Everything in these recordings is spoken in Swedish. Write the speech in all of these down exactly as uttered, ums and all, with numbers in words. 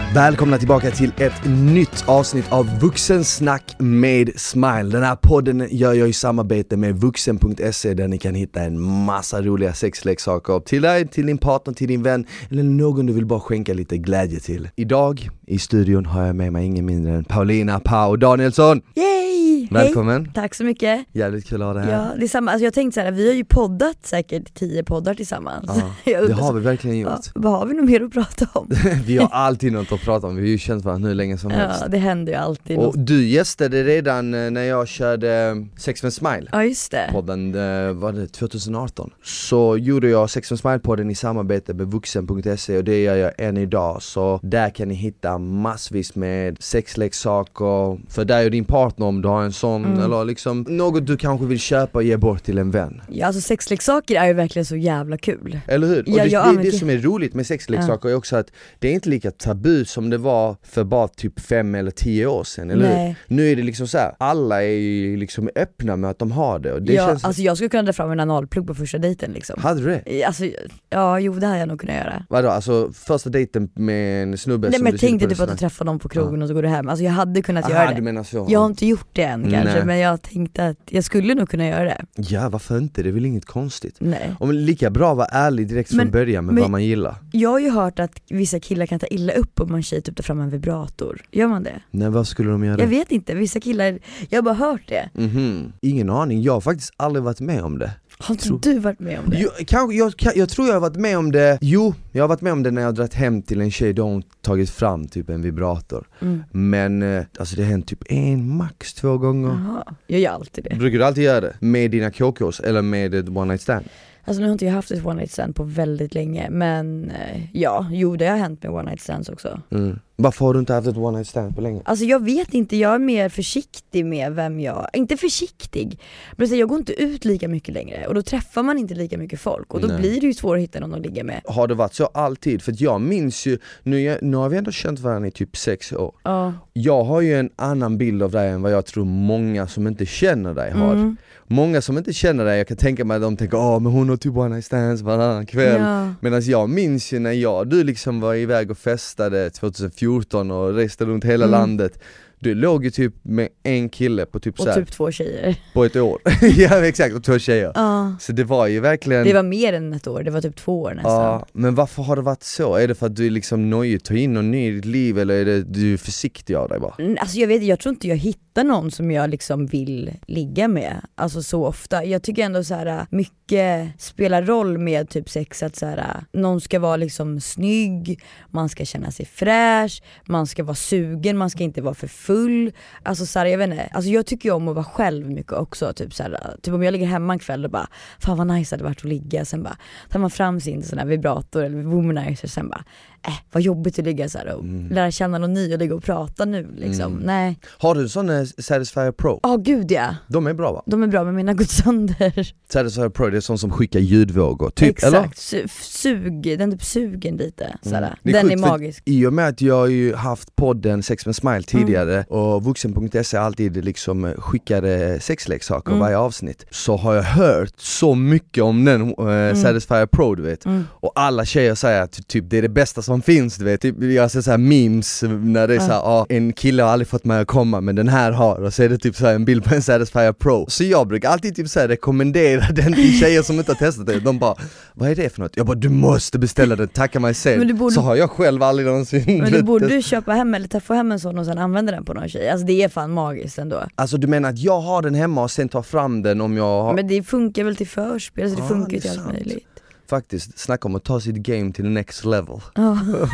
Välkomna tillbaka till ett nytt avsnitt av Vuxensnack med Smile. Den här podden gör jag i samarbete med vuxen punkt se där ni kan hitta en massa roliga sexleksaker till dig, till din partner, till din vän eller någon du vill bara skänka lite glädje till. Idag i studion har jag med mig ingen mindre än Paulina Pau Danielsson. Yay! Välkommen. Hej. Tack så mycket. Jävligt kul att ha det här. Ja, det är samma. Alltså jag tänkte så här, vi har ju poddat säkert tio poddar tillsammans. Ja, det har vi verkligen gjort. Ja, vad har vi nog mer att prata om? Vi har alltid något att prata om. Vi har ju känt varandra hur länge som helst. Ja, det händer ju alltid. Och något. du gästade redan när jag körde Sex med Smile. Ja, just det. Podden var det tjugo arton. Så gjorde jag Sex med Smile-podden i samarbete med vuxen punkt se och det gör jag än idag. Så där kan ni hitta massvis med sexleksaker för dig och din partner om du har en sån mm. eller liksom något du kanske vill köpa och ge bort till en vän. Ja, alltså sexleksaker är ju verkligen så jävla kul. Eller hur? Och ja, det, jag det, det som är roligt med sexleksaker ja. är också att det är inte lika tabu som det var för bara typ fem eller tio år sedan, eller hur? Nu är det liksom så här, alla är ju liksom öppna med att de har det. Och det ja, känns... alltså jag skulle kunna dra fram en analplugg på första dejten liksom. Hade du det? Alltså, ja, jo det hade jag nog kunnat göra. Vadå, alltså första dejten med en snubbe? Nej, som men du jag tänkte typ på att du träffar någon på krogen ja. och så går du hem. Alltså jag hade kunnat Aha, göra det. Du menar så. Jag har inte gjort det än kanske, Nej. men jag tänkte att jag skulle nog kunna göra det. Ja, varför inte? Det är väl inget konstigt. Nej. Om lika bra vara ärlig direkt men, från början med men, vad man gillar. Jag har ju hört att vissa killar kan ta illa upp om man tjej typ tar fram en vibrator. Gör man det? Nej, vad skulle de göra? Jag vet inte, vissa killar, jag har bara hört det. Mm-hmm. Ingen aning, jag har faktiskt aldrig varit med om det. Har inte du varit med om det? Jag, kanske, jag, jag tror jag har varit med om det. Jo, jag har varit med om det när jag har dragit hem till en tjej då hon tagit fram typ en vibrator. Mm. Men alltså det har hänt typ en, max två gånger. Jaha, jag gör alltid det. Brukar du alltid göra det? Med dina K Ks eller med ett one night stand? Alltså nu har inte jag haft ett one night stand på väldigt länge. Men ja, jo det har hänt med one night stands också. Mm. Varför har du inte haft ett one night stand på länge? Alltså jag vet inte, jag är mer försiktig med vem jag... Inte försiktig, men jag går inte ut lika mycket längre. Och då träffar man inte lika mycket folk. Och då Nej. blir det ju svårt att hitta någon att ligga med. Har det varit så alltid? För jag minns ju, nu, nu har vi ändå känt varandra i typ sex år. Ja. Jag har ju en annan bild av dig än vad jag tror många som inte känner dig har. Mm. Många som inte känner dig, jag kan tänka mig att de tänker åh men hon har typ one night stands varannan kväll. Ja. Medan jag minns ju när jag, du liksom var iväg och festade tjugohundrafjorton och reste runt hela mm. landet. Du låg ju typ med en kille på typ och så här, typ två tjejer. På ett år. Ja exakt, och två tjejer. Ja. Så det var ju verkligen... Det var mer än ett år, det var typ två år nästan. Ja, men varför har det varit så? Är det för att du är liksom nöjd, tar in någon ny i ditt liv eller är det du är försiktig av dig bara? Alltså jag vet, jag tror inte jag hittar någon som jag liksom vill ligga med. Alltså så ofta. Jag tycker ändå så här mycket spelar roll med typ sex att så här, någon ska vara liksom snygg, man ska känna sig fräsch, man ska vara sugen, man ska inte vara för full. Alltså så här, jag vet inte, alltså jag tycker ju om att vara själv mycket också, typ så här, typ om jag ligger hemma en kväll och bara fan vad nice det hade varit att ligga, sen bara tar man fram sin sån här vibrator eller womanizer, sen bara äh, vad jobbigt att ligga så här och mm. lära känna någon ny och ligga och prata nu liksom. Mm. Nej. Har du sån Satisfyer Pro? Ja, oh, gud ja. De är bra va? De är bra, men mina går sönder. Satisfyer Pro, det är sån som skickar ljudvågor typ, exakt, eller? Su- sug, den typ sugen lite så mm. Den är, sjukt, är magisk. I och med att jag har ju haft podden Sex med Smile tidigare mm. och vuxen punkt se alltid liksom skickade sexleksaker mm. varje avsnitt, så har jag hört så mycket om den äh, mm. Satisfyer Pro, du vet. Mm. Och alla tjejer säger att typ det är det bästa som finns, du vet. Typ, jag ser så här memes när det är mm. så här, ah, en kille har aldrig fått mig att komma men den här har, och så är det typ så här en bild på en Satisfyer Pro. Så jag brukar alltid typ så här rekommendera den till tjejer som inte har testat det. De bara, vad är det för något? Jag bara, du måste beställa den, tacka mig sen. Borde... Så har jag själv aldrig någonsin. Men du borde du köpa hem eller ta få hem en sån och sen använda den på någon tjej. Alltså det är fan magiskt ändå. Alltså du menar att jag har den hemma och sen tar fram den om jag har... Men det funkar väl till förspel, alltså det ah, funkar ju till allt möjligt. Faktiskt, snacka om att ta sitt game till the next level. Oh.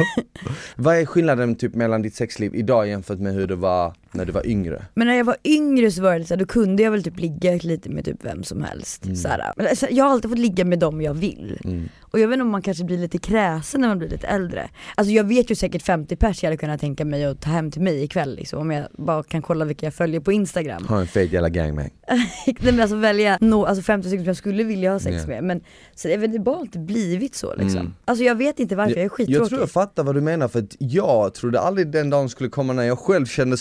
Vad är skillnaden typ mellan ditt sexliv idag jämfört med hur det var när du var yngre? Men när jag var yngre så var det så här, då kunde jag väl typ ligga lite med typ vem som helst. Mm. Så här, jag har alltid fått ligga med dem jag vill. Mm. Och jag vet inte om man kanske blir lite kräsen när man blir lite äldre. Alltså jag vet ju säkert femtio pers jag hade kunnat tänka mig att ta hem till mig ikväll liksom, om jag bara kan kolla vilka jag följer på Instagram. Ha en fet jävla gangbang. Men alltså välja no, alltså femtio stycken som jag skulle vilja ha sex yeah. med. Men så det har bara inte blivit så liksom. Mm. Alltså jag vet inte varför, jag, jag är skittråkig. Jag tror jag fattar vad du menar, för att jag trodde aldrig den dagen skulle komma när jag själv kände så här att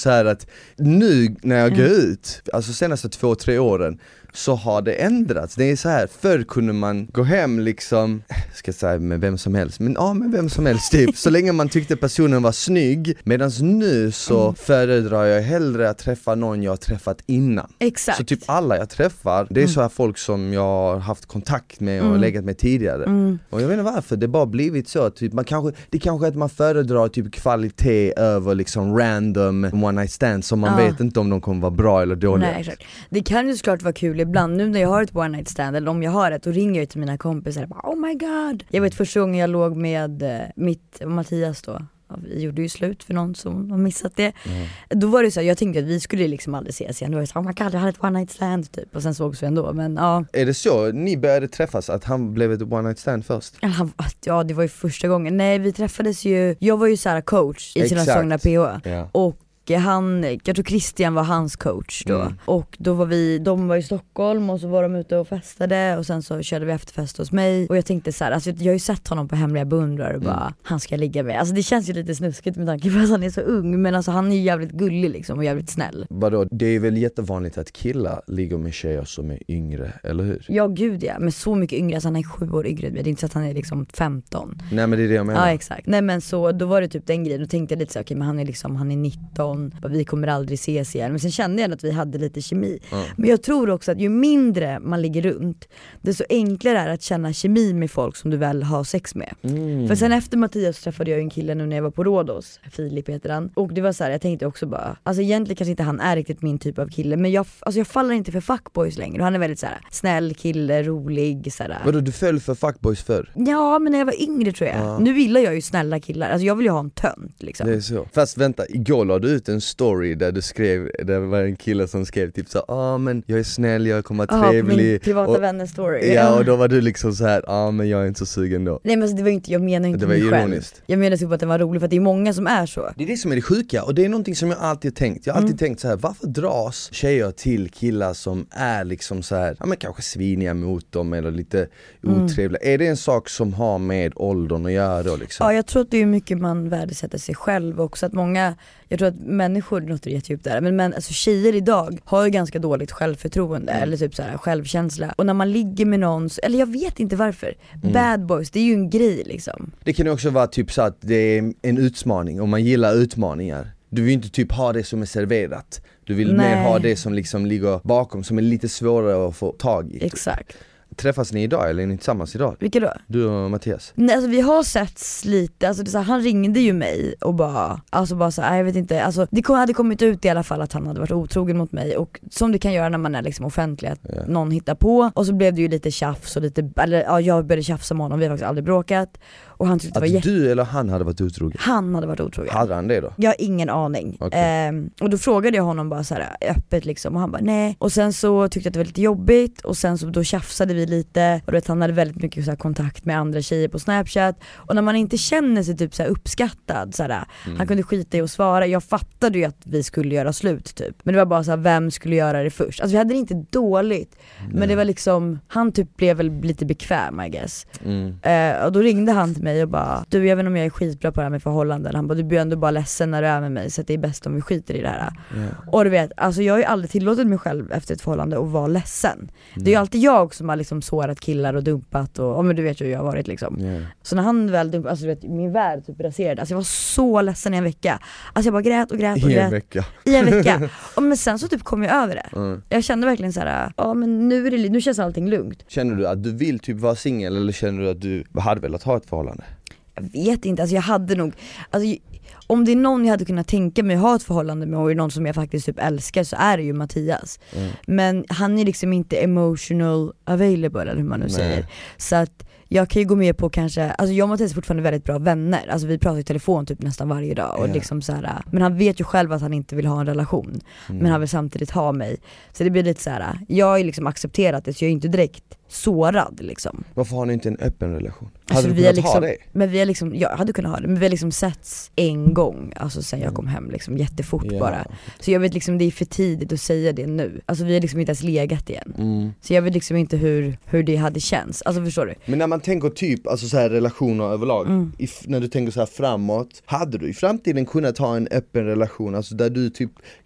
att nu när jag går ut, alltså senaste två, tre åren, så har det ändrats. Det är så här, förr kunde man gå hem liksom, ska jag säga med vem som helst, men ja med vem som helst typ, så länge man tyckte personen var snygg, medan nu så mm. föredrar jag hellre att träffa någon jag har träffat innan. Exakt. Så typ alla jag träffar, det är mm. så här folk som jag har haft kontakt med och mm. legat med tidigare. Mm. Och jag vet inte varför, det bara blivit så typ, man kanske, det kanske är att man föredrar typ kvalitet över liksom random one night stands som man ja. vet inte om de kommer vara bra eller dåliga. Nej, exakt. Det kan ju såklart vara kul ibland, nu när jag har ett one night stand eller om jag har ett, då ringer jag till mina kompisar och bara, oh my god. Jag vet första gången jag låg med eh, mitt Mattias då, vi gjorde ju slut för någon som har missat det. Mm. Då var det så här, jag tänkte att vi skulle liksom aldrig ses igen. Då var det så, oh my god, jag hade ett one night stand typ. Och sen sågs vi ändå, men ja. Är det så ni började träffas, att han blev ett one night stand först? Ja, det var ju första gången. Nej, vi träffades ju, jag var ju så här coach i sina Sogna P H. Ja. Och han, jag tror Christian var hans coach då. Mm. Och då var vi, de var i Stockholm och så var de ute och festade och sen så körde vi efterfest hos mig. Och jag tänkte så här, alltså jag har ju sett honom på Hemliga beundrare och bara, mm. han ska ligga med. Alltså det känns ju lite snuskigt med tanke på att han är så ung, men alltså han är ju jävligt gullig liksom och jävligt snäll. Vadå, det är väl jättevanligt att killar ligger med tjejer som är yngre, eller hur? Ja gud ja, men så mycket yngre, alltså han är sju år yngre. Det är inte så att han är liksom femton. Nej men det är det jag menar. Ja exakt. Nej men så, då var det typ den grejen, då tänkte jag lite så okej okay, men han är liksom, han är nitton, vi kommer aldrig ses igen. Men sen kände jag att vi hade lite kemi. Mm. Men jag tror också att ju mindre man ligger runt, desto enklare är att känna kemi med folk som du väl har sex med. Mm. För sen efter Mattias träffade jag en kille nu när jag var på Rhodos, Filip heter han. Och det var så här, jag tänkte också bara, alltså egentligen kanske inte han är riktigt min typ av kille, men jag, alltså jag faller inte för fuckboys längre. Och han är väldigt så här, snäll kille, rolig så här. Vadå, du föll för fuckboys förr? Ja, men när jag var yngre tror jag. Ja. Nu gillar jag ju snälla killar. Alltså jag vill ju ha en tönt liksom. Det är så. Fast vänta, igår la du ut en story där du skrev, det var en kille som skrev typ så, ja ah, men jag är snäll, jag kommer vara trevlig. Min privata och, vänner story. Ja, och då var du liksom så här, ja ah, men jag är inte så sugen då. Nej men alltså, det var inte, jag menar inte det var mig ironiskt. Själv. Jag menar typ att det var roligt för att det är många som är så. Det är det som är det sjuka, och det är någonting som jag alltid tänkt. Jag har alltid mm. tänkt så här, varför dras tjejer till killar som är liksom så här, ja men kanske sviniga mot dem eller lite mm. otrevliga. Är det en sak som har med åldern att göra då liksom? Ja, jag tror att det är mycket man värdesätter sig själv också, att många, jag tror att människor, det låter jättedjupt där, men, men alltså tjejer idag har ju ganska dåligt självförtroende mm. eller typ så här självkänsla. Och när man ligger med någon, eller jag vet inte varför, mm. bad boys, det är ju en grej liksom. Det kan ju också vara typ så att det är en utmaning, om man gillar utmaningar. Du vill inte typ ha det som är serverat. Du vill Nej. mer ha det som liksom ligger bakom, som är lite svårare att få tag i. Exakt. Typ. Träffas ni idag eller är ni tillsammans idag? Vilka då? Du och Mattias. Nej, alltså vi har setts lite, alltså det är så här, han ringde ju mig och bara, alltså bara så här, jag vet inte, alltså det hade kommit ut i alla fall att han hade varit otrogen mot mig, och som det kan göra när man är liksom offentlig, att yeah. någon hittar på, och så blev det ju lite tjafs och lite, eller ja, jag började tjafsa med honom, vi har faktiskt aldrig bråkat. Och han tyckte att det var jätte... du eller han hade varit otrogen? Han hade varit otrogen. Hade han det då? Jag har ingen aning. Okay. Ehm, och då frågade jag honom bara så här öppet liksom, och han bara nej. Och sen så tyckte jag att det var lite jobbigt, och sen så då tjafsade vi lite, och vet, han hade väldigt mycket så här kontakt med andra tjejer på Snapchat, och när man inte känner sig typ så här uppskattad så här, mm. han kunde skita i att svara. Jag fattade ju att vi skulle göra slut typ, men det var bara så här, vem skulle göra det först? Alltså vi hade det inte dåligt, mm. men det var liksom, han typ blev väl lite bekväm I guess. Mm. Ehm, och då ringde han till mig och bara, du, jag vet inte om jag är skitbra på det här med förhållanden. Han bara, du blir ändå bara ledsen när du är med mig, så att det är bäst om vi skiter i det här. Yeah. Och du vet, alltså jag har ju aldrig tillåtit mig själv efter ett förhållande att vara ledsen. Mm. Det är ju alltid jag som har liksom sårat killar och dumpat, och, och men du vet ju hur jag har varit liksom. Yeah. Så när han väl dumpat, alltså du vet, min värld typ raserade. Alltså jag var så ledsen i en vecka. Alltså jag bara grät och grät och grät. I en vecka. I en vecka. Och men sen så typ kom jag över det. Mm. Jag kände verkligen så här, ja men nu är det, nu känns allting lugnt. Känner du att du vill typ vara singel, eller känner du att du hade velat ha ett förhållande? Jag vet inte, alltså jag hade nog, alltså om det är någon jag hade kunnat tänka mig ha ett förhållande med, och är någon som jag faktiskt typ älskar, så är det ju Mattias. Mm. Men han är liksom inte emotional available, eller hur man nu Nej. säger. Så att jag kan ju gå med på kanske, alltså jag och Mattias är fortfarande väldigt bra vänner. Alltså vi pratar i telefon typ nästan varje dag, och yeah. liksom så här, men han vet ju själv att han inte vill ha en relation. Mm. Men han vill samtidigt ha mig. Så det blir lite så här, jag har ju liksom accepterat det, så jag är inte direkt sårad liksom. Varför har ni inte en öppen relation? Alltså, hade du vi kunnat liksom, ha det? Men vi har liksom, jag hade kunnat ha det, men vi har liksom setts en gång, alltså sen jag kom hem liksom, jättefort yeah. bara. Så jag vet liksom, det är för tidigt att säga det nu. Alltså vi har liksom inte ens legat igen. Mm. Så jag vet liksom inte hur, hur det hade känts. Alltså förstår du? Men när man tänker typ, alltså så här relationer överlag, mm. if, när du tänker så här framåt, hade du i framtiden kunnat ha en öppen relation, alltså där du typ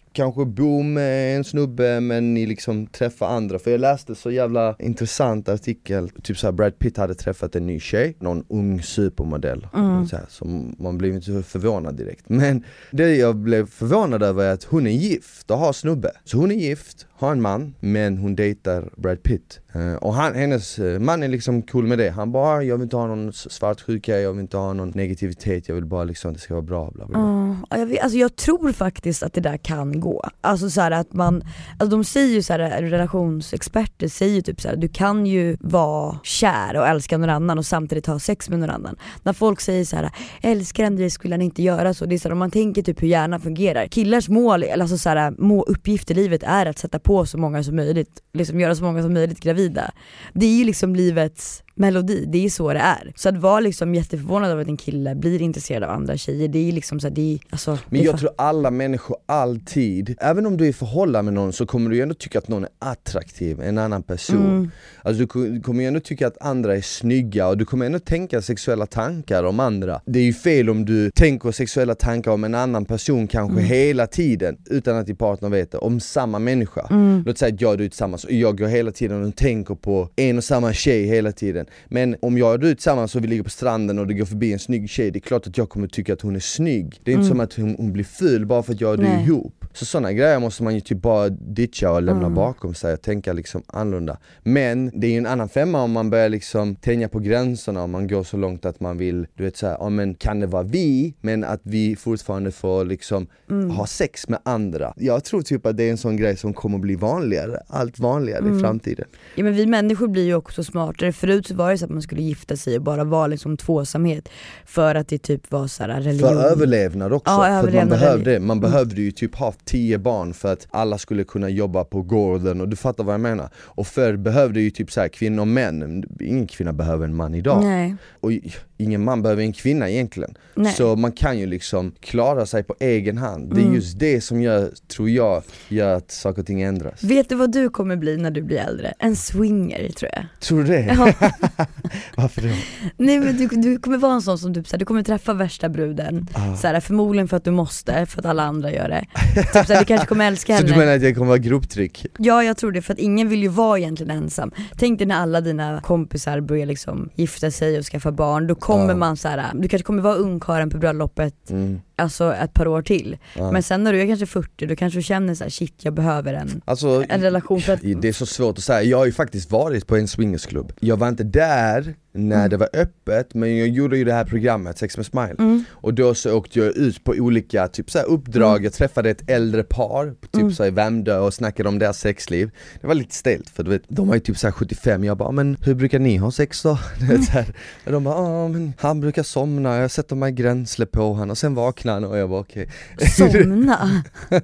kanske bo med en snubbe men ni liksom träffar andra. För jag läste så jävla intressant artikel, typ såhär Brad Pitt hade träffat en ny tjej, någon ung supermodell, mm. så här, som man blev inte så förvånad direkt. Men det jag blev förvånad över är att hon är gift och har snubbe. Så hon är gift, har en man, men hon dejtar Brad Pitt. Uh, och han, hennes uh, man är liksom cool med det. Han bara, jag vill inte ha någon svartsjuka, jag vill inte ha någon negativitet, jag vill bara liksom att det ska vara bra, bla bla bla. Uh, jag, vet, alltså jag tror faktiskt att det där kan gå. Alltså så här att man, alltså de säger ju så här, relationsexperter säger typ så här, du kan ju vara kär och älska någon annan och samtidigt ha sex med någon annan. När folk säger så här, älskar Andreas skulle han inte göra så. Det är så här, om man tänker typ hur hjärnan fungerar. Killars mål, alltså så här, må uppgift i livet är att sätta på så många som möjligt, liksom göra så många som möjligt gravida. Det är ju liksom livets melodi, det är så det är. Så att vara liksom jätteförvånad över att en kille blir intresserad av andra tjejer, det är liksom så här, det är, alltså, men det jag fa- tror alla människor alltid, även om du är i förhållande med någon, så kommer du ju ändå tycka att någon är attraktiv, en annan person. Mm. Alltså du kommer ju ändå tycka att andra är snygga och du kommer ändå tänka sexuella tankar om andra. Det är ju fel om du tänker sexuella tankar om en annan person kanske mm. hela tiden utan att din partner vet det, om samma människa. Mm. Låt säga att jag och du är tillsammans och jag går hela tiden och tänker på en och samma tjej hela tiden. Men om jag och du är tillsammans och vi ligger på stranden och det går förbi en snygg tjej, det är klart att jag kommer tycka att hon är snygg. Det är inte mm. som att hon, hon blir ful bara för att jag och du är ihop. Så sådana grejer måste man ju typ bara ditcha och lämna mm. bakom sig och tänka liksom annorlunda. Men det är ju en annan femma om man börjar liksom tänja på gränserna, om man går så långt att man vill, du vet såhär, ja men kan det vara vi, men att vi fortfarande får liksom mm. ha sex med andra. Jag tror typ att det är en sån grej som kommer bli vanligare, allt vanligare mm. i framtiden. Ja men vi människor blir ju också smartare. Förut så var det så att man skulle gifta sig och bara vara liksom tvåsamhet för att det typ var så här religion. För överlevnad också, ja, för överlevnad att man behövde mm. man behövde ju typ ha tio barn för att alla skulle kunna jobba på gården, och du fattar vad jag menar. Och förr behövde ju typ så här kvinnor och män. Ingen kvinna behöver en man idag. Nej. Och ingen man behöver en kvinna egentligen. Nej. Så man kan ju liksom klara sig på egen hand. Det är mm. just det som gör, tror jag, gör att saker och ting ändras. Vet du vad du kommer bli när du blir äldre? En swinger, tror jag. Tror du det? Ja. Varför då? Nej men du, du kommer vara en sån som typ, så här, du kommer träffa värsta bruden ah. så här, förmodligen för att du måste, för att alla andra gör det. Typ så här, du kanske kommer älska henne. Så du menar att jag kommer vara grupptryck? Ja, jag tror det, för att ingen vill ju vara egentligen ensam. Tänk dig när alla dina kompisar börjar liksom gifta sig och skaffa barn. Då kommer ah. man så här, du kanske kommer vara ungkaren på bröllopet mm. alltså ett par år till. Ah. Men sen när du är kanske fyrtio, då kanske du känner så här, shit, jag behöver en, alltså, en relation för att... Det är så svårt att säga. Jag har ju faktiskt varit på en swingersklubb. Jag var inte där när mm. det var öppet, men jag gjorde ju det här programmet Sex med Smile mm. och då så åkte jag ut på olika typ så här uppdrag. Mm. Jag träffade ett äldre par typ mm. så i Värmdö och snackade om deras sexliv. Det var lite stelt, för du vet, de var ju typ så här sjuttiofem. Jag bara, men hur brukar ni ha sex då? Mm. så här. Och de bara, ja men han brukar somna, jag sätter mig gränsle på han och sen vaknar han, och jag bara okej. Okay. Somna?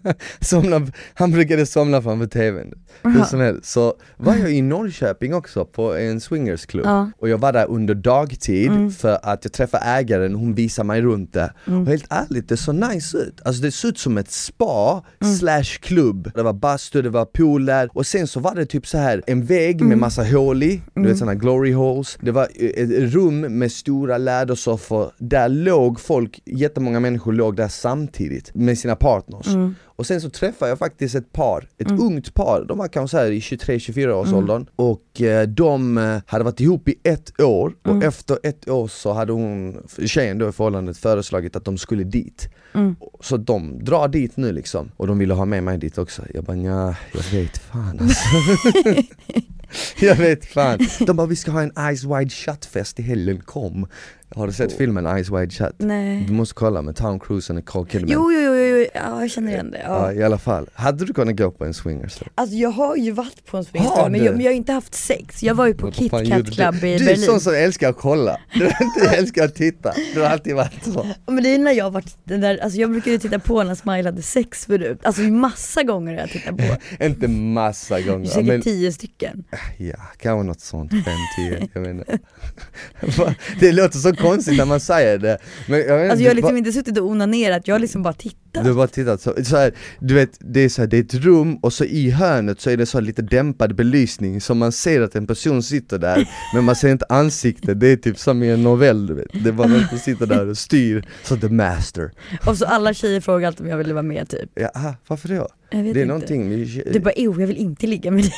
somna? Han brukade somna framför tvn. Uh-huh. Som helst. Så var jag i Norrköping också på en swingersklubb uh. och jag var där under dagtid mm. för att jag träffade ägaren, hon visade mig runt det mm. och helt ärligt, det så nice ut. Alltså det såg ut som ett spa mm. slash klubb. Det var bastu, det var pool där, och sen så var det typ så här en vägg mm. med massa hål i, du mm. vet sådana glory holes. Det var ett rum med stora lädersoffor. Där låg folk, jättemånga människor låg där samtidigt med sina partners. Mm. Och sen så träffade jag faktiskt ett par, ett mm. ungt par. De var kanske så här i tjugotre till tjugofyra års mm. åldern. Och eh, de eh, hade varit ihop i ett år. Mm. Och efter ett år så hade hon, tjejen då i förhållandet, föreslagit att de skulle dit. Mm. Så de drar dit nu liksom. Och de ville ha med mig dit också. Jag bara, nja, jag vet fan alltså. Jag vet fan. De bara, vi ska ha en Eyes Wide Shut-fest i helgen, kom. Har du sett oh. filmen Eyes Wide Shut? Nej. Du måste kolla med Tom Cruise och Nicole Kidman. Jo, jo, jo, jo. Ja, jag känner igen det. Ja. Ja, i alla fall. Hade du kunnat gå på en swingers? Alltså jag har ju varit på en swingers, men jag, men jag har inte haft sex. Jag var ju på Kit Kat Club i Berlin. Du är sån som älskar att kolla. Du, du älskar att titta. Du har alltid varit så. Men det är när jag har varit den där, alltså jag brukade titta på när Smile hade sex förut. Alltså massa gånger har jag tittat på. Inte massa gånger. Säkert men... tio stycken. Ja, kanske något sånt. Fem, tio, jag menar. Det låter så konstigt när man säger det. Men jag, alltså jag har liksom inte suttit och onanerat, jag har liksom bara tittat tittat. Du har bara tittat så, så här, du vet, det är så här, det är ett rum och så i hörnet så är det så lite dämpad belysning så man ser att en person sitter där men man ser inte ansiktet. Det är typ som i en novell, du vet. Det är bara någon som sitter där och styr, så the master. Och så alla tjejer frågar alltid om jag vill vara med typ. Ja, aha, varför det? Jag vet det är inte. någonting vi... Det är bara, oh, jag vill inte ligga med dig.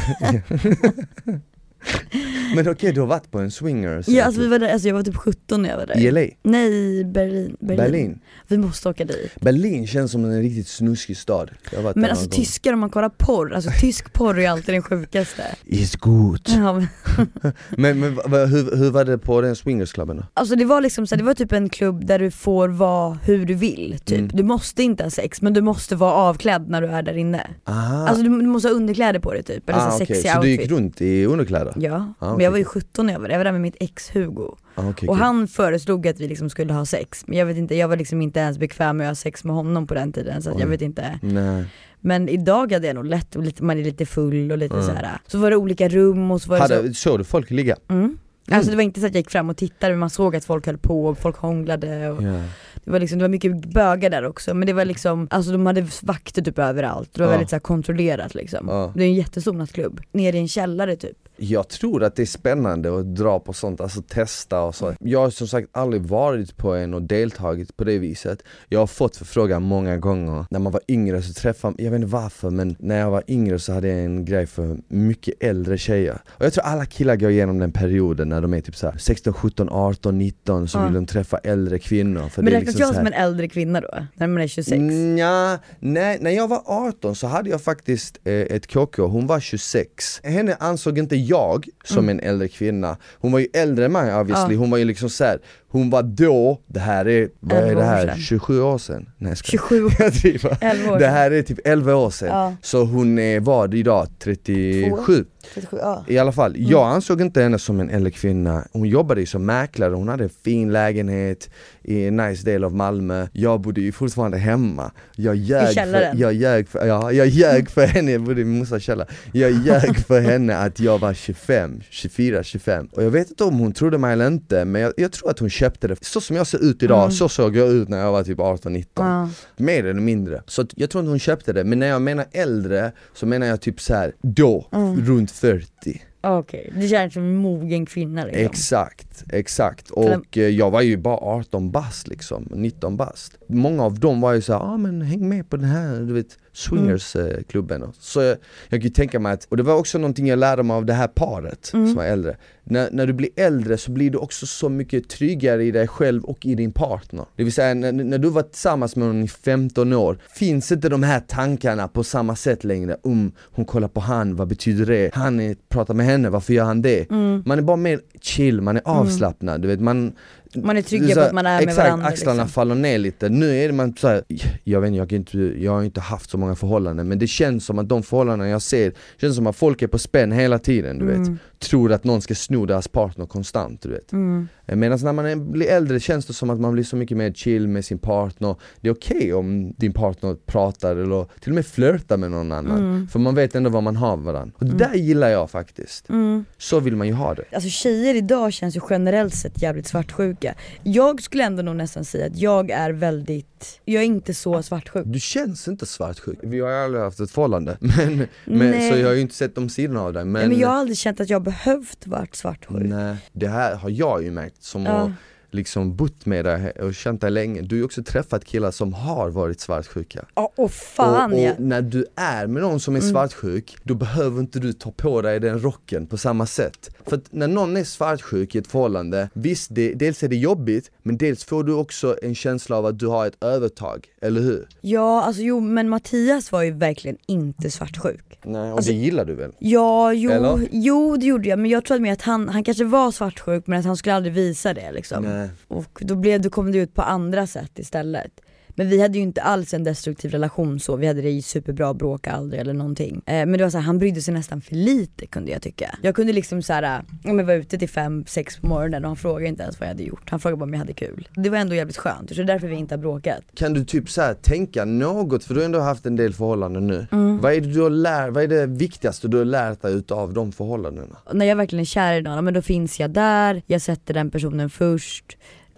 Men okej, okay, du har varit på en swingers. Ja, alltså, vi var där, alltså jag var typ sjutton när jag var där. I L A? Nej, Berlin. Berlin. Berlin. Vi måste åka dit. Berlin känns som en riktigt snuskig stad. Jag har varit men där alltså någon gång. tyskar, om man kollar porr, alltså tysk porr är alltid den sjukaste. Is good. Ja, men men men va, hur, hur var det på den swingersklubben då? alltså det var liksom så, det var typ en klubb där du får vara hur du vill typ. Mm. Du måste inte ha sex, men du måste vara avklädd när du är där inne. Aha. Alltså du, du måste ha underkläder på dig typ, eller ah, så okay. sexy Så outfit. du gick runt i underkläder? Ja, ah, men okay. jag var ju sjutton när jag var där. Jag var där med mitt ex Hugo. Ah, okay, och okay. han föreslog att vi liksom skulle ha sex. Men jag vet inte, jag var liksom inte ens bekväm med att ha sex med honom på den tiden. Så att jag vet inte. Nej. Men idag hade jag nog lätt, och lite, man är lite full och lite mm. så här. Så var det olika rum och så var det Hade, så... såg du folk ligga? Mm. Mm. Alltså det var inte så att jag gick fram och tittade, men man såg att folk höll på och folk hånglade och Yeah. det var liksom, det var mycket bögar där också, men det var liksom, alltså de hade vakter typ överallt. Det var Ja. väldigt så här kontrollerat liksom. Ja. Det är en jättestor nattklubb, nere i en källare typ. Jag tror att det är spännande att dra på sånt, alltså testa och så. Jag har som sagt aldrig varit på en och deltagit på det viset. Jag har fått förfrågan många gånger. När man var yngre så träffade, jag vet inte varför, men när jag var yngre så hade jag en grej för mycket äldre tjejer. Och jag tror alla killar går igenom den perioden när de är typ så här sexton, sjutton, arton, nitton, så Ja. vill de träffa äldre kvinnor. För Men det är räknas liksom jag så som här- en äldre kvinna då? När man är tjugosex? Nja, nej, när jag var arton så hade jag faktiskt eh, ett K K, hon var tjugosex. Henne ansåg inte jag som Mm. en äldre kvinna. Hon var ju äldre än mig obviously, Ja. hon var ju liksom så här. Hon var då, det här är, vad är elva det år här, sedan. tjugosju år sedan? Nej, jag skojar. tjugosju år, Jag driver. elva år Det sedan. här är typ elva år sedan. Ja. Så hon är, vad idag, trettiosju. trettiosju, ja. I alla fall, jag ansåg inte henne som en äldre kvinna. Hon jobbade ju som mäklare, hon hade en fin lägenhet i en nice del av Malmö. Jag bodde ju fortfarande hemma. Jag ljög för, källaren? jag ljög för, ja, jag ljög för henne, jag bodde i min morsas källare. Jag ljög för henne att jag var tjugofem, tjugofyra, tjugofem. Och jag vet inte om hon trodde mig eller inte, men jag, jag tror att hon köpte det. Så som jag ser ut idag, Mm. så såg jag ut när jag var typ arton, nitton. Ja. Mer eller mindre. Så att jag tror inte hon köpte det. Men när jag menar äldre så menar jag typ så här då, Mm. runt fyrtio. Okej, det känns som en mogen kvinna liksom. Exakt, exakt. Och eh, jag var ju bara arton bast liksom, nitton bast. Många av dem var ju så här, ja ah, men häng med på den här, du vet, swingersklubben. Mm. Så jag, jag kan ju tänka mig att, och det var också någonting jag lärde mig av det här paret mm. som var äldre. När, när du blir äldre så blir du också så mycket tryggare i dig själv och i din partner. Det vill säga när, när du var tillsammans med någon i femton år, finns inte de här tankarna på samma sätt längre. Um, hon kollar på han, vad betyder det? Han är, pratar med henne, varför gör han det? Mm. Man är bara mer chill, man är avslappnad. Mm. Du vet, man... Man är trygg på att man är med exakt, varandra. Exakt, axlarna liksom. faller ner lite. Nu är det man så här, jag vet inte, jag, kan inte, jag har inte haft så många förhållanden, men det känns som att de förhållanden jag ser, känns som att folk är på spänn hela tiden, du mm. vet. Tror att någon ska sno deras partner konstant, du vet. Mm. Medan när man är, blir äldre känns det som att man blir så mycket mer chill med sin partner. Det är okej okay om din partner pratar eller till och med flörtar med någon annan. Mm. För man vet ändå vad man har varandra. Och det där gillar jag faktiskt. Mm. Så vill man ju ha det. Alltså tjejer idag känns ju generellt sett jävligt svartsjuka. Jag skulle ändå nog nästan säga att jag är väldigt, jag är inte så svartsjuk. Du känns inte svartsjuk. Vi har ju aldrig haft ett förhållande. Men, men, så jag har ju inte sett de sidorna av dig. Men, Nej, men jag har aldrig känt att jag behövt varit svartsjuk. Nej, det här har jag ju märkt som ja. har liksom bott med dig och känt dig länge. Du har ju också träffat killar som har varit svartsjuka. Ja, åh fan och, och ja. när du är med någon som är mm. svartsjuk, då behöver inte du ta på dig den rocken på samma sätt. För att när någon är svartsjuk i ett förhållande, visst, det, dels är det jobbigt, men dels får du också en känsla av att du har ett övertag, eller hur? Ja, alltså jo, men Mattias var ju verkligen inte svartsjuk. Nej, och alltså, det gillar du väl? Ja, jo, eller? jo det gjorde jag, men jag tror att han, han kanske var svartsjuk, men att han skulle aldrig visa det liksom. Nej. Och då, blev, då kom det ut på andra sätt istället. Men vi hade ju inte alls en destruktiv relation så. Vi hade det ju superbra, bråka aldrig eller någonting. eh, Men det var så här, han brydde sig nästan för lite, kunde jag tycka. Jag kunde liksom så här, om jag var ute till fem, sex på morgonen och han frågade inte ens vad jag hade gjort. Han frågade bara om jag hade kul. Det var ändå jävligt skönt, så det är därför vi inte har bråkat. Kan du typ så här tänka något, för du har ändå haft en del förhållanden nu. mm. Vad är det du har lärt, vad är det viktigaste du har lärt dig utav de förhållandena? När jag verkligen är kär i någon, men då finns jag där. Jag sätter den personen först.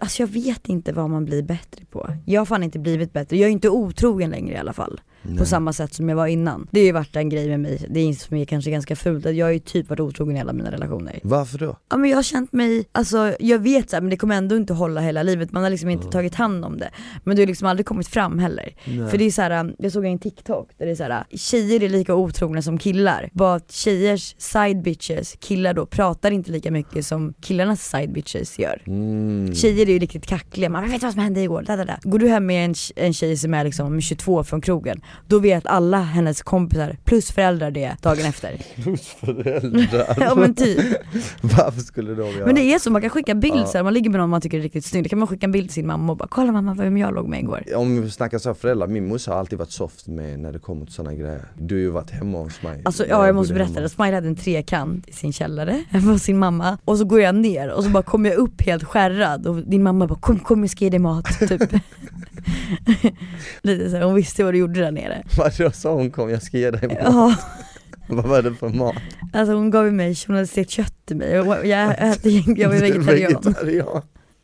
Alltså jag vet inte vad man blir bättre på. Jag har fan inte blivit bättre. Jag är inte otrogen längre i alla fall. Nej. På samma sätt som jag var innan. Det har ju varit en grej med mig. Det är inte som är kanske ganska fult. Att jag har ju typ varit otrogen i alla mina relationer. Varför då? Ja men jag har känt mig, alltså jag vet så här, men det kommer ändå inte hålla hela livet. Man har liksom inte mm. tagit hand om det. Men det har liksom aldrig kommit fram heller. Nej. För det är så här, jag såg en TikTok där det är så här, tjejer är lika otrogna som killar. Bara att tjejers side bitches, killar då pratar inte lika mycket som killarnas side bitches gör. Mm. Tjejer är ju riktigt kackliga. Man vet vad som hände igår. Da, da, da. Går du hem med en, en tjej som är liksom tjugotvå från krogen, då vet alla hennes kompisar plus föräldrar det dagen efter. Plus föräldrar? Ja men typ. Varför skulle de göra? Men det är så, man kan skicka bild ja. så här, man ligger med någon man tycker är riktigt snygg. Då kan man skicka en bild till sin mamma och bara, kolla mamma vem jag låg med igår. Om vi snackar så här föräldrar, min morsa har alltid varit soft med när det kommer till såna grejer. Du har ju varit hemma hos mig. Alltså ja, jag måste berätta det. Smile hade en trekant i sin källare hos sin mamma. Och så går jag ner och så bara kommer jag upp helt skärrad. Och din mamma bara, kom, kom jag ska ge dig mat typ. Lite så här, hon visste vad du gjorde där nere. Vadå sa hon, kom jag ska ge dig mat? Ja. Vad var det för mat? Alltså hon gav mig, hon hade stekt kött till mig. Jag, jag, jag, jag var vegetarian. vegetarian.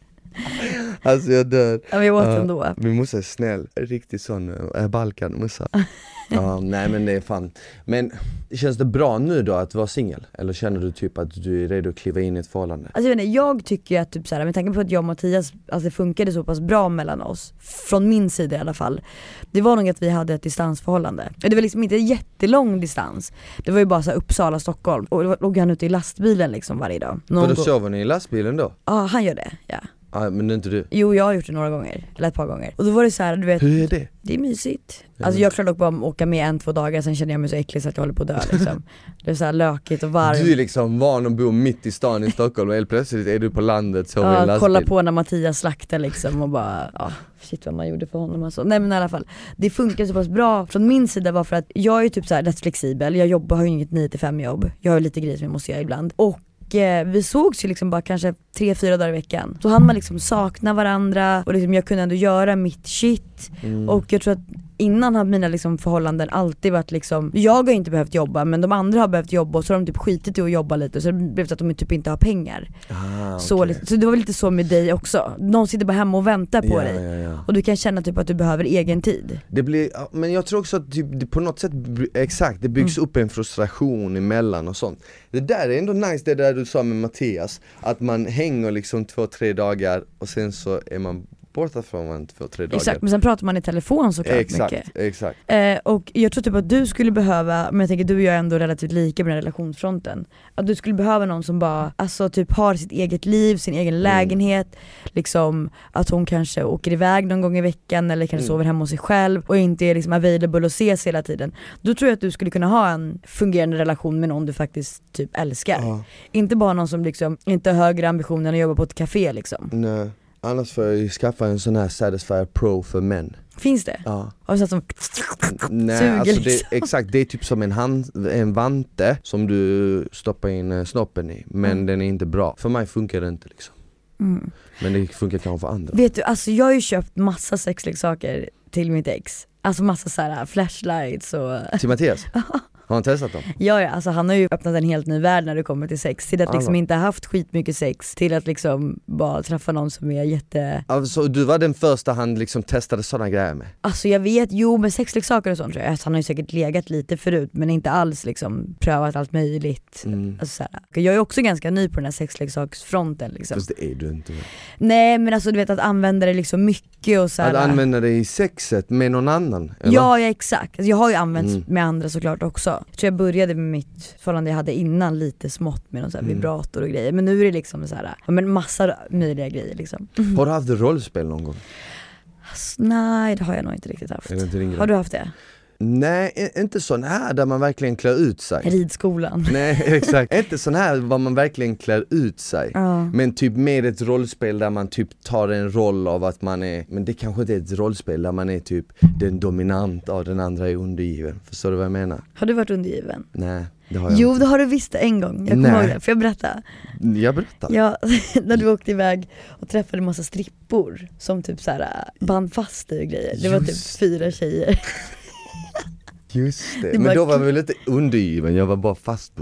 Alltså jag dör. Ja, men jag åt uh, ändå. Min morsa är snäll, riktigt sån äh, Balkan morsa. Ja, nej men det är fan. Men känns det bra nu då att vara singel? Eller känner du typ att du är redo att kliva in i ett förhållande? Alltså jag vet inte, jag tycker att typ så här, med tanke på att jag och Mattias, alltså det funkade så pass bra mellan oss, från min sida i alla fall. Det var nog att vi hade ett distansförhållande. Det var liksom inte en jättelång distans. Det var ju bara så här Uppsala, Stockholm. Och då låg han ute i lastbilen liksom varje dag. Och då sover ni i lastbilen då? Ja, han gör det, ja. Ah, men det är inte du? Jo, jag har gjort det några gånger, eller ett par gånger. Och då var det så här, du vet. Hur är det? Det är mysigt. Alltså jag klarar dock bara att åka med en, två dagar, sen känner jag mig så äcklig så att jag håller på att dö liksom. Det är så här lökigt och varmt. Du är liksom van att bo mitt i stan i Stockholm och helt plötsligt är du på landet så ja, i lastbil. Kolla på när Mattias slaktar liksom och bara, ja, shit vad man gjorde för honom och så. Nej men i alla fall, det funkar så pass bra. Från min sida var för att jag är typ så här rätt flexibel. Jag jobbar, har ju inget nio till fem jobb. Jag har lite grejer som jag måste göra ibland. Och vi sågs ju liksom bara kanske tre, fyra dagar i veckan. Så hann man liksom sakna varandra och liksom jag kunde ändå göra mitt shit. Mm. Och jag tror att innan har mina liksom förhållanden alltid varit liksom, jag har inte behövt jobba men de andra har behövt jobba och så har de typ skitit i att jobba lite så det blev så att de typ inte har pengar. Ah, okay. så, så det var lite så med dig också. Någon sitter bara hemma och väntar på ja, dig ja, ja. och du kan känna typ att du behöver egen tid. Det blir, men jag tror också att typ, det på något sätt, exakt, det byggs mm. upp en frustration emellan och sånt. Det där är ändå nice, det där du sa med Mattias, att man hänger liksom två, tre dagar och sen så är man borta från en två, tre dagar. Exakt, men sen pratar man i telefon såklart exakt, mycket. Exakt, eh, och jag tror typ att du skulle behöva, men jag tänker du och jag är ändå relativt lika med den relationsfronten. Att du skulle behöva någon som bara, alltså typ har sitt eget liv, sin egen mm. lägenhet. Liksom att hon kanske åker iväg någon gång i veckan eller kanske mm. sover hemma hos sig själv och inte är liksom available och ses hela tiden. Då tror jag att du skulle kunna ha en fungerande relation med någon du faktiskt typ älskar. Ja. Inte bara någon som liksom inte har högre ambitioner än att jobba på ett café liksom. Nej. Annars får jag ju skaffa en sån här Satisfyer Pro för män. Finns det? Ja. Har du sett som nej, suger alltså liksom. det, exakt, det är typ som en, hand, en vante som du stoppar in snoppen i. Men mm. den är inte bra. För mig funkar det inte liksom. Mm. Men det funkar kanske för andra. Vet du, alltså jag har ju köpt massa sexleksaker till mitt ex. Alltså massa så här flashlights och... Till Mattias? Har han testat dem? Ja, ja, alltså han har ju öppnat en helt ny värld när det kommer till sex. Till att liksom inte ha haft skitmycket sex. Till att liksom bara träffa någon som är jätte... Alltså du var den första han liksom testade sådana grejer med? Alltså jag vet, jo med sexleksaker och sånt tror jag. Alltså, han har ju säkert legat lite förut men inte alls liksom prövat allt möjligt. Mm. Alltså, så här. Jag är också ganska ny på den här sexleksaksfronten liksom. Fast det är du inte. Nej men alltså du vet att använda det liksom mycket och så här. Att använda det i sexet med någon annan? Eller? Ja, ja exakt. Alltså, jag har ju använt mm. med andra såklart också. Jag tror jag började med mitt förhållande jag hade innan lite smått med någon så här mm. vibrator och grejer. Men nu är det liksom så här, ja, men massa möjliga grejer liksom. Mm. Har du haft rollspel någon gång? Alltså, nej, det har jag nog inte riktigt haft. Har du haft det? Nej, inte sån här där man verkligen klär ut sig. Ridskolan. Nej, exakt. Inte sån här var man verkligen klär ut sig. Uh. Men typ med ett rollspel där man typ tar en roll av att man är... Men det kanske inte är ett rollspel där man är typ den dominant och den andra är undergiven. Förstår du vad jag menar? Har du varit undergiven? Nej, det har jag jo, inte. det har du visst en gång. Jag kommer ihåg det. Får jag berätta? Jag berättar. Ja, när du åkte iväg och träffade en massa strippor som typ så här band fast dig och grejer. Det var typ fyra tjejer. Just det, det men då var jag väl lite undergiven, jag var bara fastbunden.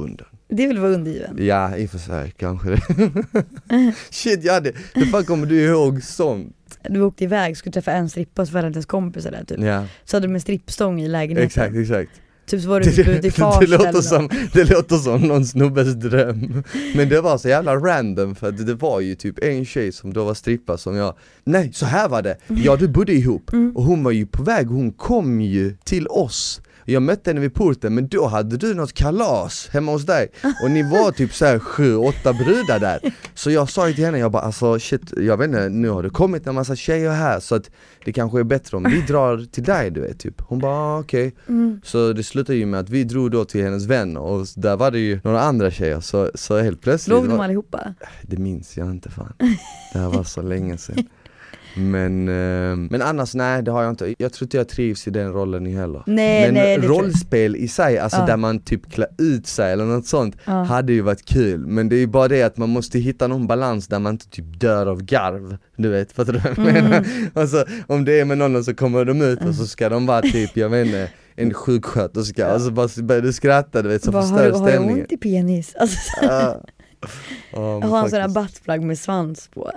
Det vill vara undergiven. Ja, i och för sig kanske det. Shit, ja det. Hur fan kommer du ihåg sånt? Du åkte iväg, skulle träffa en strippa och så var det ens kompisar där typ. Ja. Så hade du med strippstång i lägenheten. Exakt, exakt. Typ så var du typ ute i Farsta. Det låter, som, det låter som någon snubbes dröm. Men det var så jävla random. För att det var ju typ en tjej som då var strippa som jag... Nej, så här var det. Ja, du bodde ihop. Mm. Och hon var ju på väg, hon kom ju till oss. Jag mötte henne vid porten, men då hade du något kalas hemma hos dig. Och ni var typ så här sju, åtta brudar där. Så jag sa ju till henne, jag bara alltså shit, jag vet inte, nu har det kommit en massa tjejer här. Så att det kanske är bättre om vi drar till dig, du vet typ. Hon bara okej. Okay. Mm. Så det slutade ju med att vi drog då till hennes vän. Och där var det ju några andra tjejer. Så, så helt plötsligt... Låg de var... allihopa? Det minns jag inte fan. Det här var så länge sedan. Men, eh, men annars nej, det har jag inte. Jag tror inte jag trivs i den rollen i heller. Nej, men nej, rollspel i sig, alltså ja. Där man typ klär ut sig eller något sånt, ja. Hade ju varit kul. Men det är ju bara det att man måste hitta någon balans där man inte typ dör av garv. Du vet, fattar du vad jag mm. menar? Alltså, om det är med någon så kommer de ut och så ska de vara typ, jag vet inte, en sjuksköterska ja. Och så bara börjar du skratta, du vet, så förstör stämningen. Har du ont i penis? Alltså, ja. oh, jag har en sån här buttplug med svans på.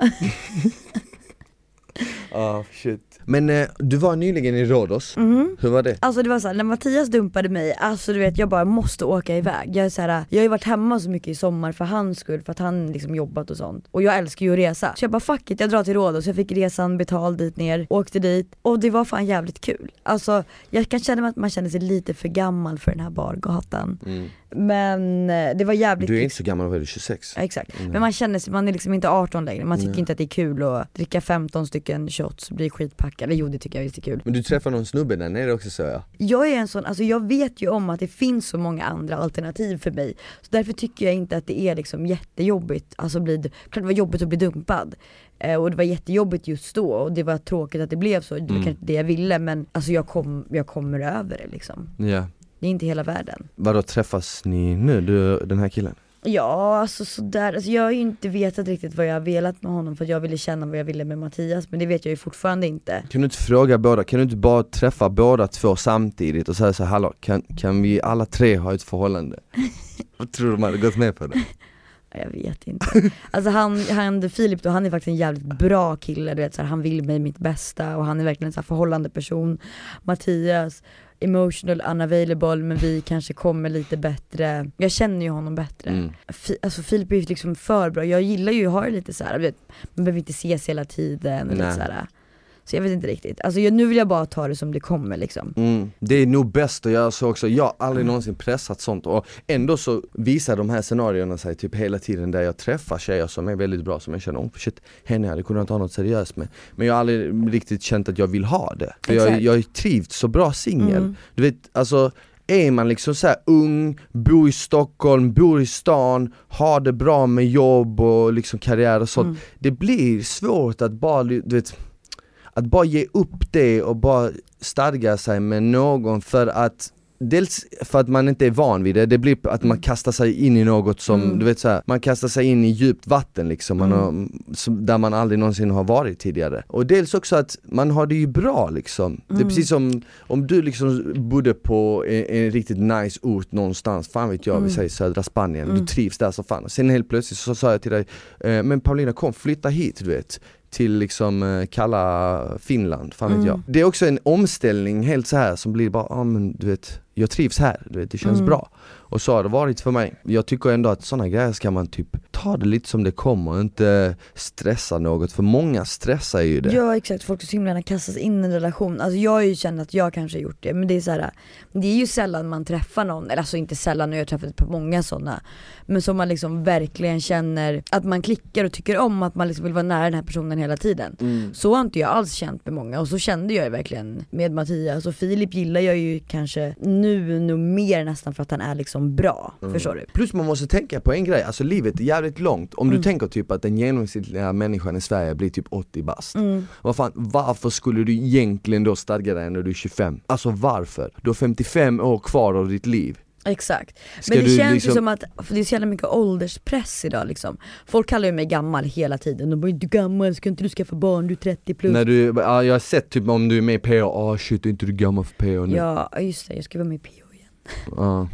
Ah, oh, shit. Men eh, du var nyligen i Rhodos. Mm. Hur var det? Alltså det var så här, när Mattias dumpade mig, alltså du vet, jag bara måste åka iväg. Jag är så här, jag har ju varit hemma så mycket i sommar för hans skull, för att han liksom jobbat och sånt. Och jag älskar ju att resa. Så jag bara fuck it, jag drar till Rhodos. Jag fick resan betald dit ner, åkte dit och det var fan jävligt kul. Alltså jag kan känna att man känner sig lite för gammal för den här bargatan. Mm. Men det var jävligt. Du är inte så gammal, var du tjugosex? Ja, exakt. Mm. Men man känner sig, man är liksom inte arton längre. Man tycker mm. inte att det är kul att dricka femton stycken shots, bli skitpackad. Eller jo, det tycker jag visst är kul. Men du träffar någon snubbe där nere också, så ja. Jag är en sån, alltså jag vet ju om att det finns så många andra alternativ för mig. Så därför tycker jag inte att det är liksom jättejobbigt. Alltså bli, klart det var jobbigt att bli dumpad. Eh, och det var jättejobbigt just då. Och det var tråkigt att det blev så. Det var mm. kanske inte det jag ville. Men alltså jag, kom, jag kommer över det liksom. Ja. Yeah. Det är inte hela världen. Vadå, träffas ni nu, du, den här killen? Ja, alltså sådär. Alltså, jag har ju inte vetat riktigt vad jag har velat med honom, för att jag ville känna vad jag ville med Mattias. Men det vet jag ju fortfarande inte. Kan du inte fråga båda? Kan du inte bara träffa båda två samtidigt och säga så här, hallå, kan, kan vi alla tre ha ett förhållande? Vad tror du de hade gått med på det? Jag vet inte. Alltså han, han Filip då, han är faktiskt en jävligt bra kille. Du vet, så här, han vill mig mitt bästa och han är verkligen en så här förhållande person. Mattias, emotional unavailable, men vi kanske kommer lite bättre. Jag känner ju honom bättre. Mm. F- alltså Filip är ju liksom för bra. Jag gillar ju att ha det lite så här, vet, man behöver inte ses hela tiden eller så här. Så jag vet inte riktigt. Alltså jag, nu vill jag bara ta det som det kommer liksom. Mm. Det är nog bäst att göra så också. Jag har aldrig mm. någonsin pressat sånt. Och ändå så visar de här scenarierna sig typ hela tiden där jag träffar tjejer som är väldigt bra, som jag känner, oh shit, henne hade kunnat ha något seriöst med. Men jag har aldrig riktigt känt att jag vill ha det. För jag, jag är trivt så bra singel. Mm. Du vet, alltså är man liksom så här ung, bor i Stockholm, bor i stan, har det bra med jobb och liksom karriär och sånt. Mm. Det blir svårt att bara, du vet, att bara ge upp det och bara stadga sig med någon, för att dels för att man inte är van vid det. Det blir att man kastar sig in i något som, mm. du vet så här, man kastar sig in i djupt vatten liksom, mm. man har, som, där man aldrig någonsin har varit tidigare. Och dels också att man har det ju bra liksom. Mm. Det är precis som om du liksom bodde på en, en riktigt nice ort någonstans, fan vet jag, mm. vi säger södra Spanien, mm. du trivs där så fan. Sen helt plötsligt så sa jag till dig, eh, men Paulina, kom, flytta hit, du vet, till liksom eh, kalla Finland, fan vet mm. jag. Det är också en omställning helt så här som blir bara, ja ah, men du vet, jag trivs här, du vet, det känns mm. bra. Och så har det varit för mig. Jag tycker ändå att sådana grejer ska man typ ta det lite som det kommer och inte stressa något, för många stressar ju det. Ja exakt, folk så himla gärna kastas in i en relation. Alltså jag har ju känt att jag kanske har gjort det, men det är så här, det är ju sällan man träffar någon, eller alltså inte sällan, och jag har träffat på många sådana, men som man liksom verkligen känner att man klickar och tycker om, att man liksom vill vara nära den här personen hela tiden. Mm. Så har inte jag alls känt med många, och så kände jag ju verkligen med Mattias. Och Filip gillar jag ju kanske nu nog mer nästan för att han är liksom bra, mm. förstår du? Plus man måste tänka på en grej, alltså livet är jävligt långt. Om mm. du tänker typ att den genomsnittliga människan i Sverige blir typ åttio bast. Mm. Vad fan, varför skulle du egentligen då stadga dig när du är tjugofem? Alltså varför? Du har femtiofem år kvar av ditt liv. Exakt. Ska men det känns liksom ju som att, för det är så jävla mycket ålderspress idag liksom. Folk kallar ju mig gammal hela tiden. De bara, du är gammal, ska inte du skaffa barn, du är trettio plus. När du, ja, jag har sett typ om du är med i P O, ah oh, shit, är inte du gammal för P O nu? Ja, just det, jag ska vara med i P O igen. Ja.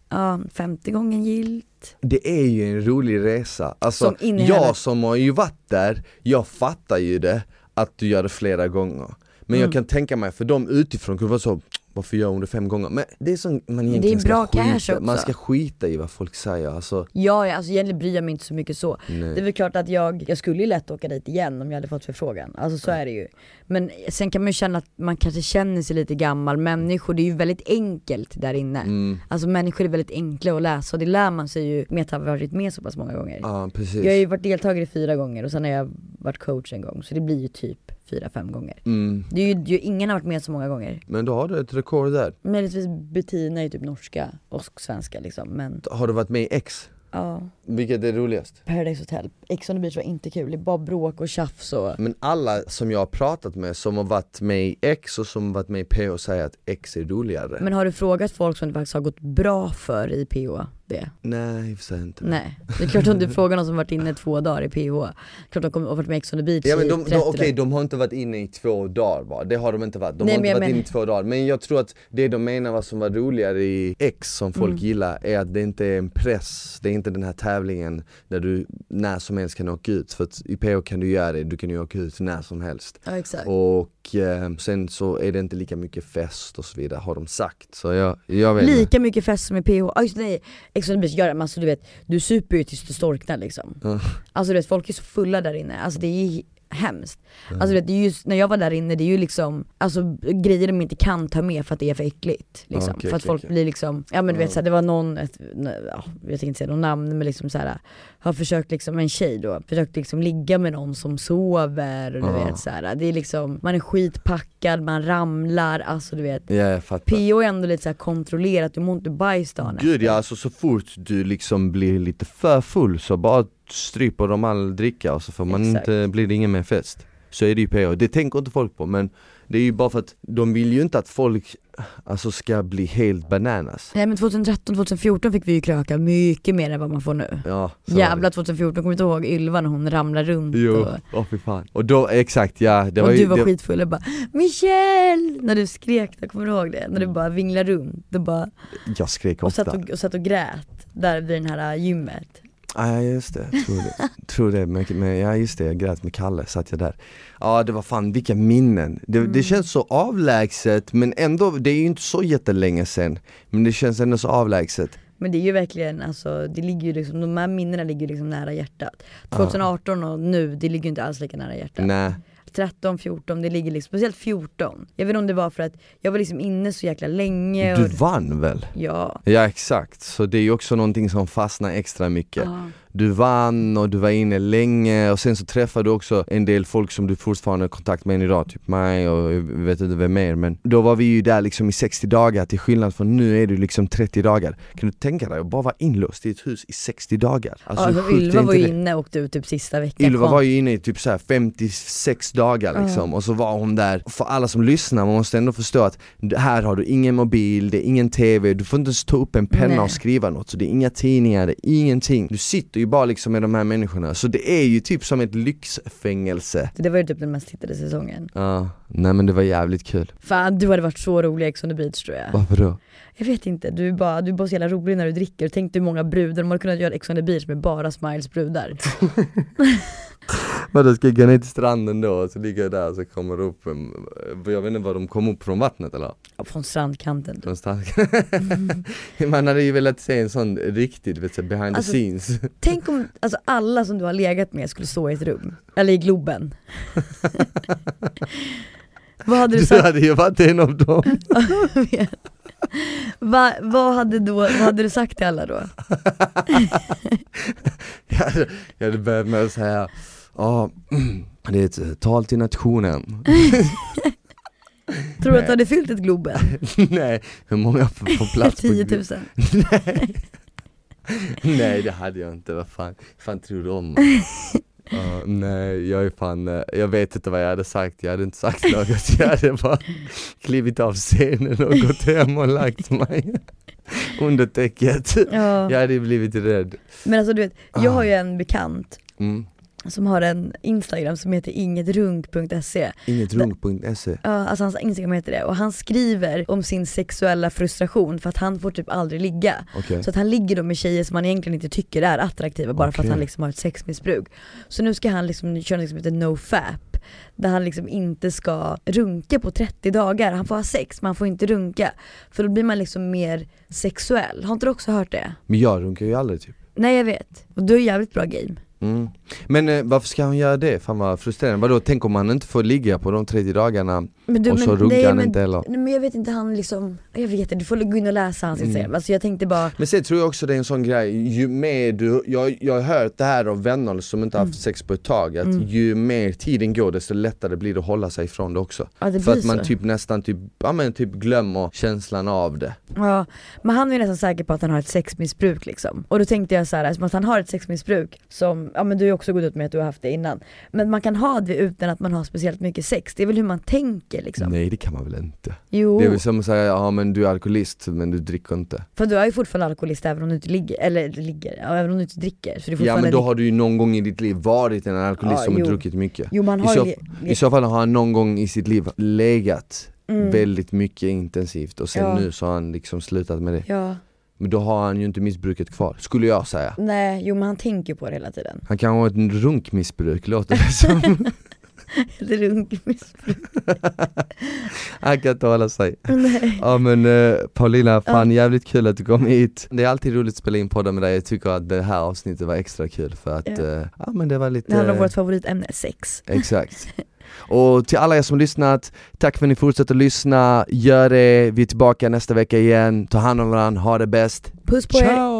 Ja, femtio gånger gilt. Det är ju en rolig resa. Alltså, Som in i jag helvete. som har ju varit där, jag fattar ju det att du gör det flera gånger. Men Mm. jag kan tänka mig, för de utifrån kunde vara så, varför gör hon det fem gånger? Men det är som man egentligen Det är bra ska skita. cash också. Man ska skita i vad folk säger. Alltså, Ja, ja, alltså egentligen bryr jag mig inte så mycket så. nej. Det är väl klart att jag, jag skulle ju lätt åka dit igen om jag hade fått förfrågan. Alltså så är det ju. Men sen kan man ju känna att man kanske känner sig lite gammal. Människor, det är ju väldigt enkelt där inne. Mm. Alltså människor är väldigt enkla att läsa och det lär man sig ju med att ha varit med så pass många gånger. Ja, precis. Jag har ju varit deltagare fyra gånger och sen har jag varit coach en gång. Så det blir ju typ fyra, fem gånger. Mm. Det är ju, det är ju ingen har varit med så många gånger. Men då har du ett rekord där. Möjligtvis Bettina är ju typ norska och svenska liksom. Men Har du varit med i X? ja, Vilket är roligast? Paradise Hotel. Ex on the Beach var inte kul, det är bara bråk och tjafs och... Men alla som jag har pratat med som har varit med i X och som har varit med i P H säger att X är roligare. Men har du frågat folk som det faktiskt har gått bra för i P H det? Nej, i och för sig inte. Nej, det är klart om du frågar någon som varit inne två dagar i P H. Klart de kommer ha varit med Ex on the Beach Ja men i de, de, trettio okej, dagar. de har inte varit inne i två dagar bara. Det har de inte varit. De Nej, har men inte jag varit inne i menar- två dagar. Men jag tror att det de menar vad som var roligare i X som folk Mm. gillar är att det inte är en press. Det är inte den här tävlingen där du när som helst kan åka ut. För att i P H kan du göra det, du kan ju åka ut när som helst. Ja exakt. Och eh, sen så är det inte lika mycket fest och så vidare har de sagt. Så jag, jag vet Lika inte. mycket fest som i P H. Ah, just nej, Ex on the Beach gör det, men alltså du vet, du super ju tills du storknar liksom. Ja. Alltså du vet, folk är så fulla där inne. Alltså det är hemskt. Alltså du vet, det är just, när jag var där inne, det är ju liksom alltså grejer de inte kan ta med för att det är för äckligt liksom. Okej, för att okej, folk okej. blir liksom, ja men du vet Ja. såhär, det var någon, ett, ja, jag tänker inte säga någon namn, men liksom såhär har försökt liksom, en tjej då, försökt liksom ligga med någon som sover och du Ja. vet såhär, det är liksom, man är skitpackad, man ramlar, alltså du vet. Ja, jag fattar. P O är ändå lite såhär kontrollerat, du mår inte bajs dagen Gud efter. ja, alltså så fort du liksom blir lite för full så bara stryper de all dricka och så får man Exakt. inte, blir det ingen mer fest. Så är det ju P H, det tänker inte folk på, men det är ju bara för att de vill ju inte att folk alltså ska bli helt bananas. Nej men tjugohundratretton tjugohundrafjorton fick vi ju kröka mycket mer än vad man får nu. Ja, så var det. Jävla tjugohundrafjorton, kommer du inte ihåg Ylva när hon ramlar runt? Jo, och, åh fy fan. Och då, exakt ja, det och var du ju var det, skitfull och bara Michelle! När du skrek, jag kommer du ihåg det? När du bara vinglade runt och, bara, jag skrek och, satt ofta. och, och satt och grät där vid den här gymmet. Ja ah, just det, jag tror det, tror det men, men ja just det, jag grät med Kalle, satt jag där. Ja det var fan, vilka minnen. Det, Mm. det känns så avlägset men ändå, det är ju inte så jättelänge sen. Men det känns ändå så avlägset. Men det är ju verkligen, alltså, det ligger ju liksom, de här minnena ligger ju liksom nära hjärtat. tjugoarton och nu, det ligger ju inte alls lika nära hjärtat. Nej. tretton, fjorton, det ligger liksom, speciellt fjorton. Jag vet inte om det var för att jag var liksom inne så jäkla länge. Du Och, vann väl? ja. Ja exakt, så det är ju också någonting som fastnar extra mycket. Ja. Du vann och du var inne länge och sen så träffade du också en del folk som du fortfarande har kontakt med än idag, typ mig och jag vet inte vem mer, men då var vi ju där liksom i sextio dagar till skillnad från nu är det liksom trettio dagar. Kan du tänka dig att bara vara inlåst i ett hus i sextio dagar? Alltså, Ja, hur sjukt är Ylva var inte ju det? inne och åkte ut typ sista veckan. Ylva Kom. var ju inne i typ så här femtiosex dagar liksom, och så var hon där. För alla som lyssnar, man måste ändå förstå att här har du ingen mobil, det är ingen tv, du får inte ens ta upp en penna Nej. och skriva något, så det är inga tidningar, det är ingenting. Du sitter ju bara liksom med de här människorna, så det är ju typ som ett lyxfängelse. Det var ju typ den mest tittade säsongen. Ja, nej men det var jävligt kul. Fan, du hade varit så rolig i Ex on the Beach tror jag. Varför då? Jag vet inte, du är bara, du är bara så jävla rolig när du dricker. Tänk dig hur många brudar, de hade kunnat göra Ex on the Beach med bara Smiles brudar. Vadå, ska jag gå ner till stranden då och så ligger jag där och så kommer det upp en, jag vet inte vad de kom upp från vattnet eller? Ja, från strandkanten. Från stark. Man hade ju velat se en sån riktigt, vet du, behind Alltså, the scenes. Tänk om alltså, alla som du har legat med skulle stå i ett rum. Eller i Globen. Vad hade du Du sagt? hade ju varit en av dem. Va, vad, hade då, vad hade du sagt till alla då? jag, hade, jag hade börjat med att säga, ja, det är ett tal till nationen. Tror du att du hade fyllt ett Globen? Nej, hur många får får plats på tio tusen. Nej. Nej, det hade jag inte, vad fan, fan tror du om mig? Uh, nej, jag är fan, uh, jag vet inte vad jag hade sagt, jag hade inte sagt något, jag hade bara klivit av scenen och gått hem och lagt mig under täcket. Ja. Jag hade blivit rädd. Men alltså du vet, jag har ju en bekant Mm. som har en Instagram som heter ingetrunk punkt se. ingetrunk punkt se. Ja, alltså hans Instagram heter det. Och han skriver om sin sexuella frustration för att han får typ aldrig ligga. Okay. Så att han ligger då med tjejer som han egentligen inte tycker är attraktiva bara okay. för att han liksom har ett sexmissbruk. Så nu ska han liksom köra något som heter NoFap, där han liksom inte ska runka på trettio dagar. Han får ha sex men han får inte runka, för då blir man liksom mer sexuell. Har inte du också hört det? Men jag runkar ju aldrig typ. Nej, jag vet. Och du är jävligt bra game. Mm. Men eh, varför ska han göra det? Fan vad frustrerande. Vadå, tänk om han inte får ligga på de trettio dagarna du, och så runkar han men, inte heller. Nej, men jag vet inte, han liksom, jag vet inte, du får gå in och läsa hans Instagram. Mm. Alltså jag tänkte bara. Men sen tror jag också det är en sån grej, ju mer du, jag, jag har hört det här av vänner som inte har haft sex på ett tag, att mm. ju mer tiden går desto lättare blir det att hålla sig ifrån det också. Ja, det för att så. man typ nästan typ, ja, men typ glömmer känslan av det. Ja, men han är nästan säker på att han har ett sexmissbruk liksom. Och då tänkte jag så här, som att han har ett sexmissbruk som, ja men du har också gått ut med att du har haft det innan. Men man kan ha det utan att man har speciellt mycket sex. Det är väl hur man tänker liksom. Nej, det kan man väl inte. Jo. Det är väl som att säga, ja men du är alkoholist men du dricker inte. För du är ju fortfarande alkoholist även om du inte ligger, eller ligger, ja, även om du inte dricker. Så det är ja men då har du ju någon gång i ditt liv varit en alkoholist ja, som jo. har druckit mycket. Jo, man har I, så, li- I så fall har han någon gång i sitt liv legat mm. väldigt mycket intensivt och sen ja. nu så har han liksom slutat med det. Ja. Men då har han ju inte missbruket kvar, skulle jag säga. Nej, jo men han tänker på det hela tiden. Han kan ha ett runkmissbruk, låter det som. Ett runkmissbruk. Han kan inte hålla sig. Nej. Ja men uh, Paulina, fan ja. jävligt kul att du kom hit. Det är alltid roligt att spela in podden med dig. Jag tycker att det här avsnittet var extra kul för att, ja, uh, ja men det var lite... Det handlar om vårt favoritämne, sex. Exakt. Och till alla er som lyssnat, tack för att ni fortsätter lyssna. Gör det, vi är tillbaka nästa vecka igen. Ta hand om varandra, ha det bäst. Puss på Ciao. er.